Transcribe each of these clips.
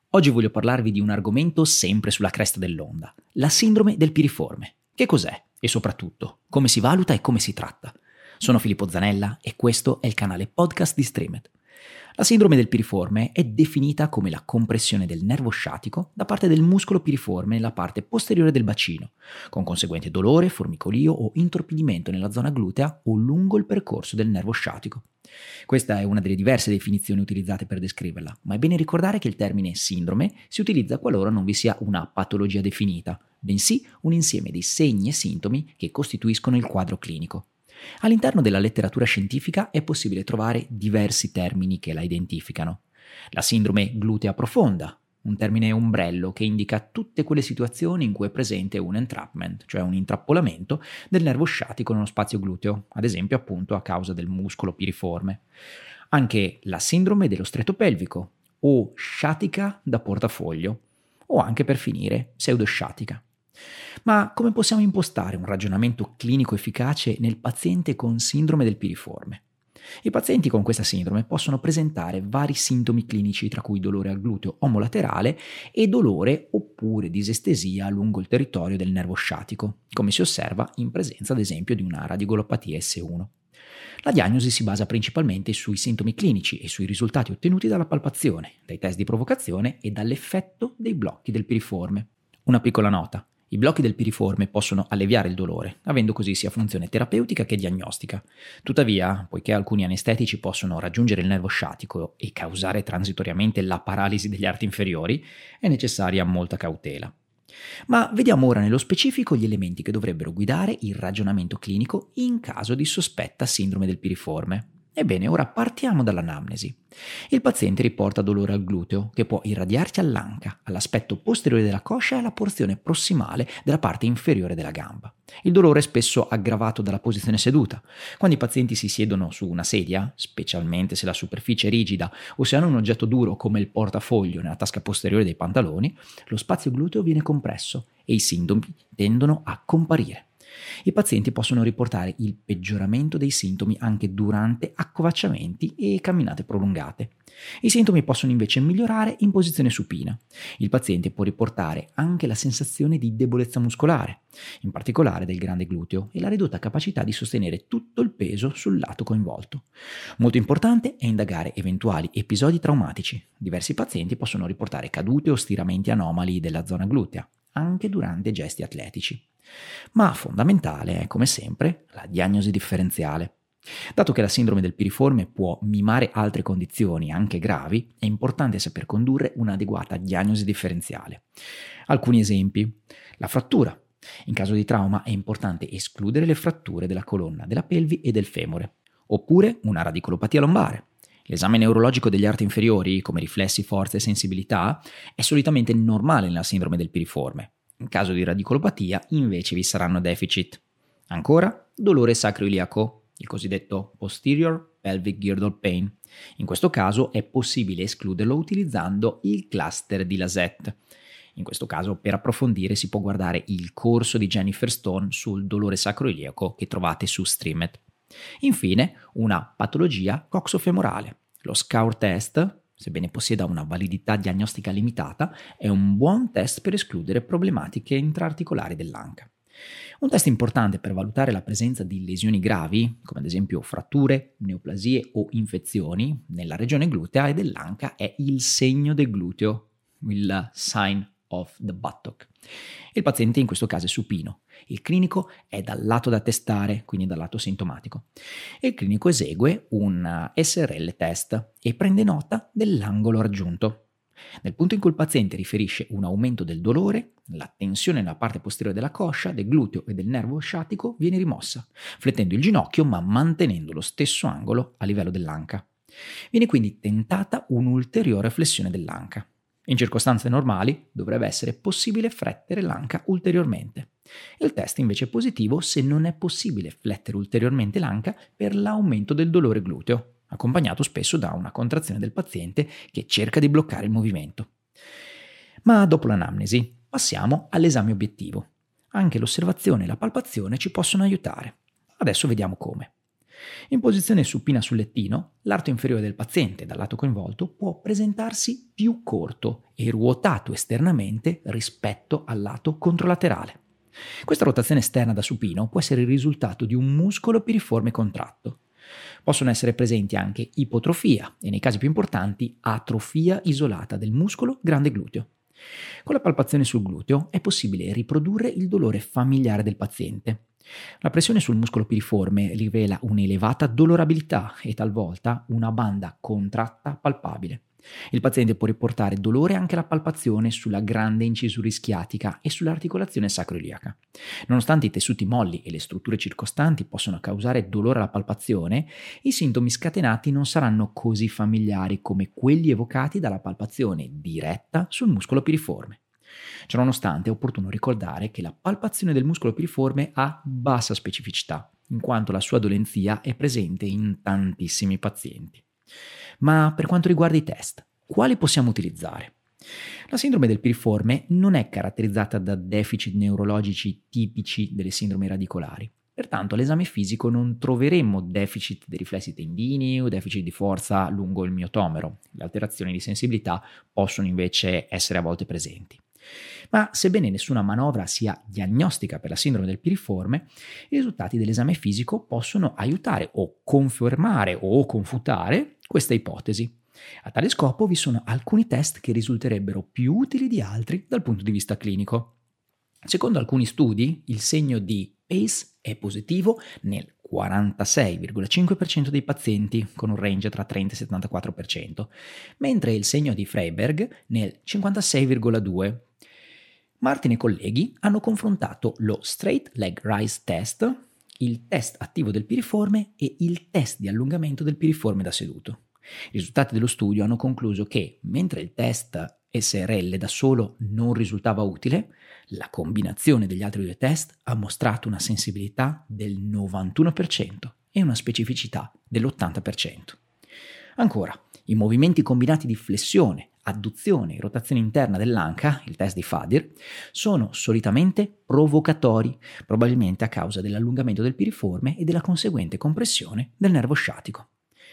Oggi voglio parlarvi di un argomento sempre sulla cresta dell'onda, la sindrome del piriforme. Che cos'è? E soprattutto, come si valuta e come si tratta? Sono Filippo Zanella e questo è il canale podcast di Streamed. La sindrome del piriforme è definita come la compressione del nervo sciatico da parte del muscolo piriforme nella parte posteriore del bacino, con conseguente dolore, formicolio o intorpidimento nella zona glutea o lungo il percorso del nervo sciatico. Questa è una delle diverse definizioni utilizzate per descriverla, ma è bene ricordare che il termine sindrome si utilizza qualora non vi sia una patologia definita, bensì un insieme di segni e sintomi che costituiscono il quadro clinico. All'interno della letteratura scientifica è possibile trovare diversi termini che la identificano. La sindrome glutea profonda, un termine ombrello che indica tutte quelle situazioni in cui è presente un entrapment, cioè un intrappolamento del nervo sciatico nello spazio gluteo, ad esempio appunto a causa del muscolo piriforme. Anche la sindrome dello stretto pelvico, o sciatica da portafoglio, o anche per finire pseudosciatica. Ma come possiamo impostare un ragionamento clinico efficace nel paziente con sindrome del piriforme? I pazienti con questa sindrome possono presentare vari sintomi clinici, tra cui dolore al gluteo omolaterale e dolore oppure disestesia lungo il territorio del nervo sciatico, come si osserva in presenza ad esempio di una radiculopatia S1. La diagnosi si basa principalmente sui sintomi clinici e sui risultati ottenuti dalla palpazione, dai test di provocazione e dall'effetto dei blocchi del piriforme. Una piccola nota. I blocchi del piriforme possono alleviare il dolore, avendo così sia funzione terapeutica che diagnostica. Tuttavia, poiché alcuni anestetici possono raggiungere il nervo sciatico e causare transitoriamente la paralisi degli arti inferiori, è necessaria molta cautela. Ma vediamo ora nello specifico gli elementi che dovrebbero guidare il ragionamento clinico in caso di sospetta sindrome del piriforme. Ebbene, ora partiamo dall'anamnesi. Il paziente riporta dolore al gluteo, che può irradiarsi all'anca, all'aspetto posteriore della coscia e alla porzione prossimale della parte inferiore della gamba. Il dolore è spesso aggravato dalla posizione seduta. Quando i pazienti si siedono su una sedia, specialmente se la superficie è rigida o se hanno un oggetto duro come il portafoglio nella tasca posteriore dei pantaloni, lo spazio gluteo viene compresso e i sintomi tendono a comparire. I pazienti possono riportare il peggioramento dei sintomi anche durante accovacciamenti e camminate prolungate. I sintomi possono invece migliorare in posizione supina. Il paziente può riportare anche la sensazione di debolezza muscolare, in particolare del grande gluteo, e la ridotta capacità di sostenere tutto il peso sul lato coinvolto. Molto importante è indagare eventuali episodi traumatici. Diversi pazienti possono riportare cadute o stiramenti anomali della zona glutea, anche durante gesti atletici. Ma fondamentale è, come sempre, la diagnosi differenziale. Dato che la sindrome del piriforme può mimare altre condizioni, anche gravi, è importante saper condurre un'adeguata diagnosi differenziale. Alcuni esempi. La frattura. In caso di trauma è importante escludere le fratture della colonna, della pelvi e del femore. Oppure una radiculopatia lombare. L'esame neurologico degli arti inferiori, come riflessi, forza e sensibilità, è solitamente normale nella sindrome del piriforme. In caso di radiculopatia, invece, vi saranno deficit. Ancora, dolore sacroiliaco, il cosiddetto posterior pelvic girdle pain. In questo caso è possibile escluderlo utilizzando il cluster di Laset. In questo caso, per approfondire, si può guardare il corso di Jennifer Stone sul dolore sacroiliaco che trovate su Streamed. Infine, una patologia coxofemorale. Lo SCAUR test, sebbene possieda una validità diagnostica limitata, è un buon test per escludere problematiche intraarticolari dell'anca. Un test importante per valutare la presenza di lesioni gravi, come ad esempio fratture, neoplasie o infezioni, nella regione glutea e dell'anca è il segno del gluteo, il sign of the buttock. Il paziente in questo caso è supino. Il clinico è dal lato da testare, quindi dal lato sintomatico. Il clinico esegue un SRL test e prende nota dell'angolo raggiunto. Nel punto in cui il paziente riferisce un aumento del dolore, la tensione nella parte posteriore della coscia, del gluteo e del nervo sciatico viene rimossa, flettendo il ginocchio ma mantenendo lo stesso angolo a livello dell'anca. Viene quindi tentata un'ulteriore flessione dell'anca. In circostanze normali dovrebbe essere possibile flettere l'anca ulteriormente. Il test invece è positivo se non è possibile flettere ulteriormente l'anca per l'aumento del dolore gluteo, accompagnato spesso da una contrazione del paziente che cerca di bloccare il movimento. Ma dopo l'anamnesi passiamo all'esame obiettivo. Anche l'osservazione e la palpazione ci possono aiutare. Adesso vediamo come. In posizione supina sul lettino, l'arto inferiore del paziente dal lato coinvolto può presentarsi più corto e ruotato esternamente rispetto al lato controlaterale. Questa rotazione esterna da supino può essere il risultato di un muscolo piriforme contratto. Possono essere presenti anche ipotrofia e, nei casi più importanti, atrofia isolata del muscolo grande gluteo. Con la palpazione sul gluteo è possibile riprodurre il dolore familiare del paziente. La pressione sul muscolo piriforme rivela un'elevata dolorabilità e talvolta una banda contratta palpabile. Il paziente può riportare dolore anche alla palpazione sulla grande incisura ischiatica e sull'articolazione sacroiliaca. Nonostante i tessuti molli e le strutture circostanti possano causare dolore alla palpazione, i sintomi scatenati non saranno così familiari come quelli evocati dalla palpazione diretta sul muscolo piriforme. Ciononostante è opportuno ricordare che la palpazione del muscolo piriforme ha bassa specificità, in quanto la sua dolenzia è presente in tantissimi pazienti. Ma per quanto riguarda i test, quali possiamo utilizzare? La sindrome del piriforme non è caratterizzata da deficit neurologici tipici delle sindromi radicolari. Pertanto all'esame fisico non troveremmo deficit dei riflessi tendini o deficit di forza lungo il miotomero. Le alterazioni di sensibilità possono invece essere a volte presenti. Ma sebbene nessuna manovra sia diagnostica per la sindrome del piriforme, i risultati dell'esame fisico possono aiutare o confermare o confutare questa ipotesi. A tale scopo vi sono alcuni test che risulterebbero più utili di altri dal punto di vista clinico. Secondo alcuni studi, il segno di PACE è positivo nel 46,5% dei pazienti, con un range tra 30 e 74%, mentre il segno di Freiberg nel 56,2%. Martin e colleghi hanno confrontato lo Straight Leg Raise Test, il test attivo del piriforme e il test di allungamento del piriforme da seduto. I risultati dello studio hanno concluso che, mentre il test SRL da solo non risultava utile, la combinazione degli altri due test ha mostrato una sensibilità del 91% e una specificità dell'80%. Ancora, i movimenti combinati di flessione, adduzione e rotazione interna dell'anca, il test di Fadir, sono solitamente provocatori, probabilmente a causa dell'allungamento del piriforme e della conseguente compressione del nervo sciatico.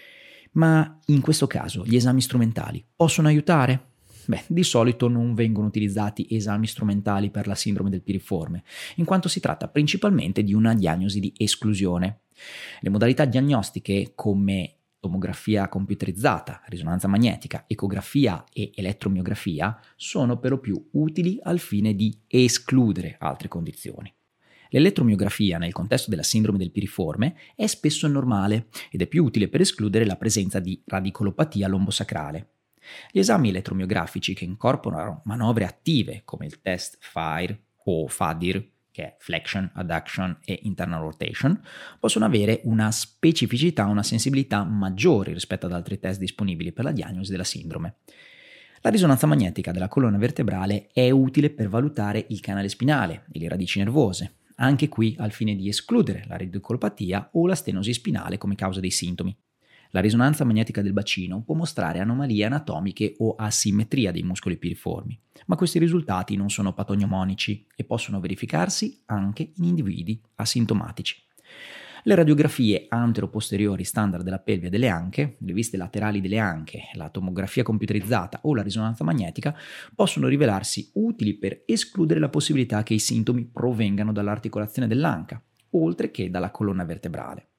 Ma in questo caso gli esami strumentali possono aiutare? Di solito non vengono utilizzati esami strumentali per la sindrome del piriforme, in quanto si tratta principalmente di una diagnosi di esclusione. Le modalità diagnostiche come tomografia computerizzata, risonanza magnetica, ecografia e elettromiografia sono per lo più utili al fine di escludere altre condizioni. L'elettromiografia nel contesto della sindrome del piriforme è spesso normale ed è più utile per escludere la presenza di radicolopatia lombosacrale. Gli esami elettromiografici che incorporano manovre attive come il test FIRE o FADIR, che è Flexion, Adduction e Internal Rotation, possono avere una specificità, una sensibilità maggiori rispetto ad altri test disponibili per la diagnosi della sindrome. La risonanza magnetica della colonna vertebrale è utile per valutare il canale spinale e le radici nervose, anche qui al fine di escludere la radiculopatia o la stenosi spinale come causa dei sintomi. La risonanza magnetica del bacino può mostrare anomalie anatomiche o asimmetria dei muscoli piriformi, ma questi risultati non sono patognomonici e possono verificarsi anche in individui asintomatici. Le radiografie antero-posteriori standard della pelve e delle anche, le viste laterali delle anche, la tomografia computerizzata o la risonanza magnetica possono rivelarsi utili per escludere la possibilità che i sintomi provengano dall'articolazione dell'anca, oltre che dalla colonna vertebrale.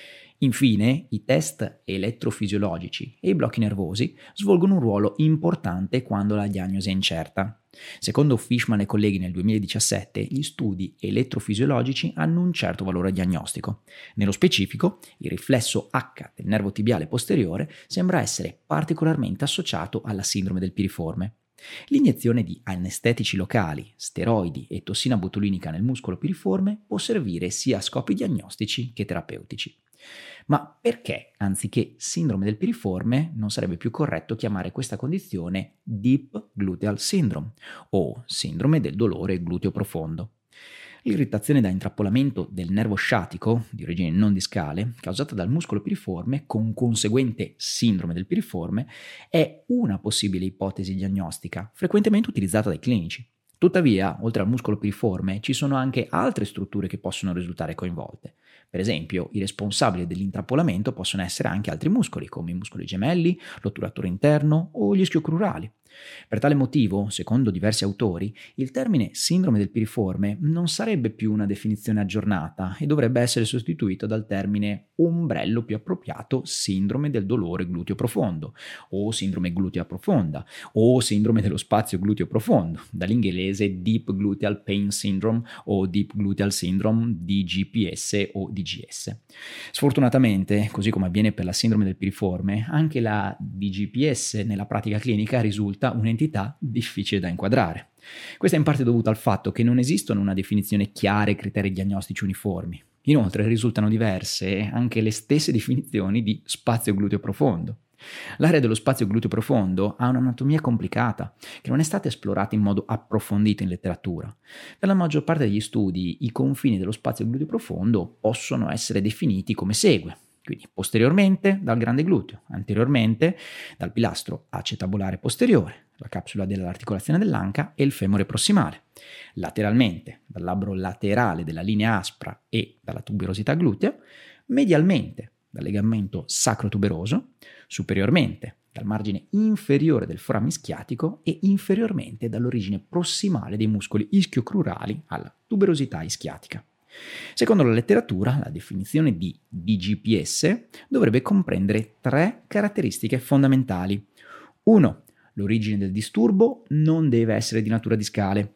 Infine, i test elettrofisiologici e i blocchi nervosi svolgono un ruolo importante quando la diagnosi è incerta. Secondo Fishman e colleghi nel 2017, gli studi elettrofisiologici hanno un certo valore diagnostico. Nello specifico, il riflesso H del nervo tibiale posteriore sembra essere particolarmente associato alla sindrome del piriforme. L'iniezione di anestetici locali, steroidi e tossina botulinica nel muscolo piriforme può servire sia a scopi diagnostici che terapeutici. Ma perché, anziché sindrome del piriforme, non sarebbe più corretto chiamare questa condizione Deep Gluteal Syndrome o sindrome del dolore gluteo profondo? L'irritazione da intrappolamento del nervo sciatico, di origine non discale, causata dal muscolo piriforme con conseguente sindrome del piriforme, è una possibile ipotesi diagnostica, frequentemente utilizzata dai clinici. Tuttavia, oltre al muscolo piriforme, ci sono anche altre strutture che possono risultare coinvolte. Per esempio, i responsabili dell'intrappolamento possono essere anche altri muscoli, come i muscoli gemelli, l'otturatore interno o gli ischio-crurali. Per tale motivo, secondo diversi autori, il termine sindrome del piriforme non sarebbe più una definizione aggiornata e dovrebbe essere sostituito dal termine ombrello più appropriato sindrome del dolore gluteo profondo, o sindrome glutea profonda, o sindrome dello spazio gluteo profondo, dall'inglese Deep Gluteal Pain Syndrome o Deep Gluteal Syndrome, DGPS o DGS. Sfortunatamente, così come avviene per la sindrome del piriforme, anche la DGPS nella pratica clinica risulta un'entità difficile da inquadrare. Questo è in parte dovuto al fatto che non esistono una definizione chiara e criteri diagnostici uniformi. Inoltre risultano diverse anche le stesse definizioni di spazio gluteo profondo. L'area dello spazio gluteo profondo ha un'anatomia complicata che non è stata esplorata in modo approfondito in letteratura. Per la maggior parte degli studi, i confini dello spazio gluteo profondo possono essere definiti come segue. Quindi posteriormente dal grande gluteo, anteriormente dal pilastro acetabolare posteriore, la capsula dell'articolazione dell'anca e il femore prossimale, lateralmente dal labbro laterale della linea aspra e dalla tuberosità glutea, medialmente dal legamento sacrotuberoso, superiormente dal margine inferiore del forame ischiatico e inferiormente dall'origine prossimale dei muscoli ischio-crurali alla tuberosità ischiatica. Secondo la letteratura, la definizione di DGPS dovrebbe comprendere 3 caratteristiche fondamentali. 1. L'origine del disturbo non deve essere di natura discale.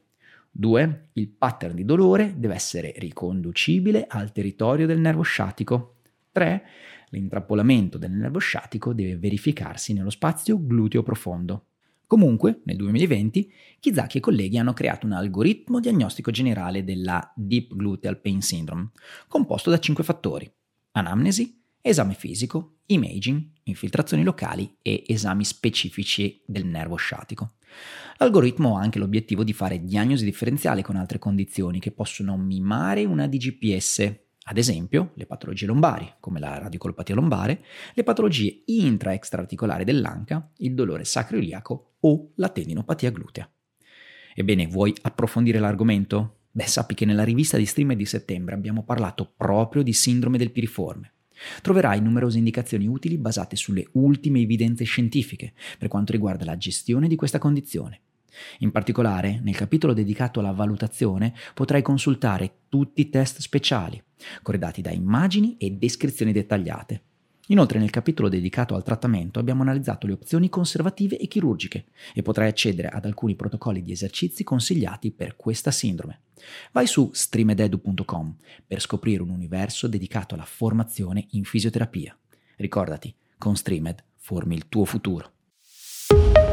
2. Il pattern di dolore deve essere riconducibile al territorio del nervo sciatico. 3. L'intrappolamento del nervo sciatico deve verificarsi nello spazio gluteo profondo. Comunque, nel 2020, Kizaki e colleghi hanno creato un algoritmo diagnostico generale della Deep Gluteal Pain Syndrome, composto da 5 fattori: anamnesi, esame fisico, imaging, infiltrazioni locali e esami specifici del nervo sciatico. L'algoritmo ha anche l'obiettivo di fare diagnosi differenziale con altre condizioni che possono mimare una DGPS, ad esempio le patologie lombari, come la radiculopatia lombare, le patologie intra-extraarticolari dell'anca, il dolore sacroiliaco o la tendinopatia glutea. Ebbene, vuoi approfondire l'argomento? Sappi che nella rivista di Streamed di settembre abbiamo parlato proprio di sindrome del piriforme. Troverai numerose indicazioni utili basate sulle ultime evidenze scientifiche per quanto riguarda la gestione di questa condizione. In particolare, nel capitolo dedicato alla valutazione potrai consultare tutti i test speciali, corredati da immagini e descrizioni dettagliate. Inoltre, nel capitolo dedicato al trattamento abbiamo analizzato le opzioni conservative e chirurgiche e potrai accedere ad alcuni protocolli di esercizi consigliati per questa sindrome. Vai su streamededu.com per scoprire un universo dedicato alla formazione in fisioterapia. Ricordati, con Streamed formi il tuo futuro.